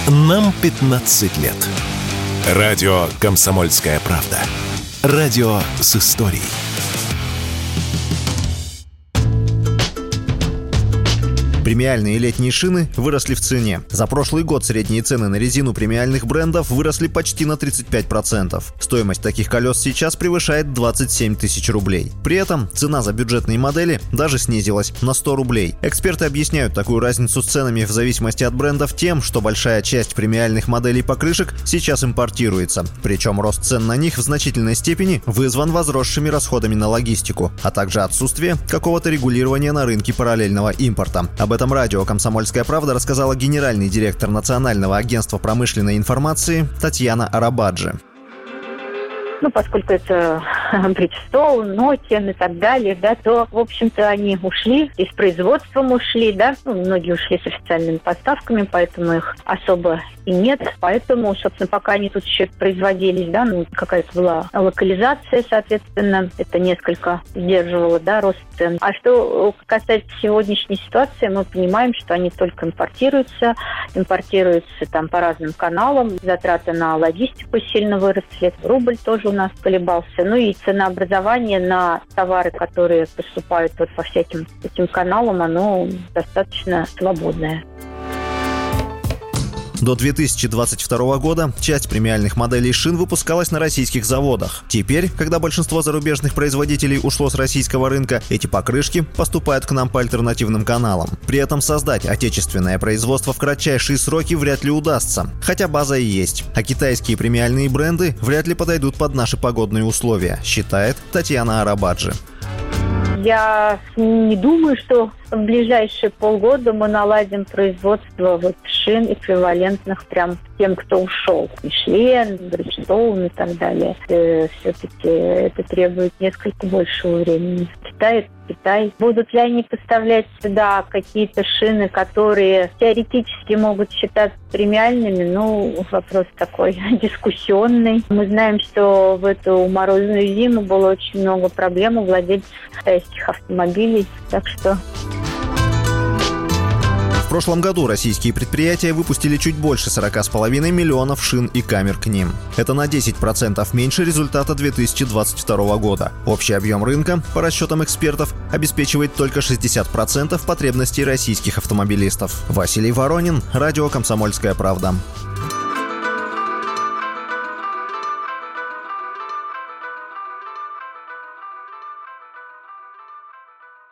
Нам 15 лет. Радио «Комсомольская правда». Радио с историей. Премиальные летние шины выросли в цене. За прошлый год средние цены на резину премиальных брендов выросли почти на 35%. Стоимость таких колес сейчас превышает 27 тысяч рублей. При этом цена за бюджетные модели даже снизилась на 100 рублей. Эксперты объясняют такую разницу с ценами в зависимости от брендов тем, что большая часть премиальных моделей покрышек сейчас импортируется. Причем рост цен на них в значительной степени вызван возросшими расходами на логистику, а также отсутствие какого-то регулирования на рынке параллельного импорта. Об этом радио «Комсомольская правда» рассказала генеральный директор Национального агентства промышленной информации Татьяна Арабаджи. Поскольку это Bridgestone, Nokian и так далее, то, в общем-то, они ушли, и с производством ушли, многие ушли с официальными поставками, поэтому их особо и нет. Поэтому, собственно, пока они тут еще производились, какая-то была локализация, соответственно, это несколько сдерживало, рост цен. А что касается сегодняшней ситуации, мы понимаем, что они только импортируются там по разным каналам, затраты на логистику сильно выросли, рубль тоже у нас колебался. И ценообразование на товары, которые поступают по всяким этим каналам, оно достаточно свободное. До 2022 года часть премиальных моделей шин выпускалась на российских заводах. Теперь, когда большинство зарубежных производителей ушло с российского рынка, эти покрышки поступают к нам по альтернативным каналам. При этом создать отечественное производство в кратчайшие сроки вряд ли удастся, хотя база и есть. А китайские премиальные бренды вряд ли подойдут под наши погодные условия, считает Татьяна Арабаджи. Я не думаю, что в ближайшие полгода мы наладим производство шин эквивалентных прям тем, кто ушел. Мишлен, Bridgestone и так далее. Все-таки это требует несколько большего времени. Китай. Будут ли они поставлять сюда какие-то шины, которые теоретически могут считаться премиальными? Вопрос такой дискуссионный. Мы знаем, что в эту морозную зиму было очень много проблем у владельцев китайских автомобилей. Так что... В прошлом году российские предприятия выпустили чуть больше 40,5 миллионов шин и камер к ним. Это на 10% меньше результата 2022 года. Общий объем рынка, по расчетам экспертов, обеспечивает только 60% потребностей российских автомобилистов. Василий Воронин, радио «Комсомольская правда».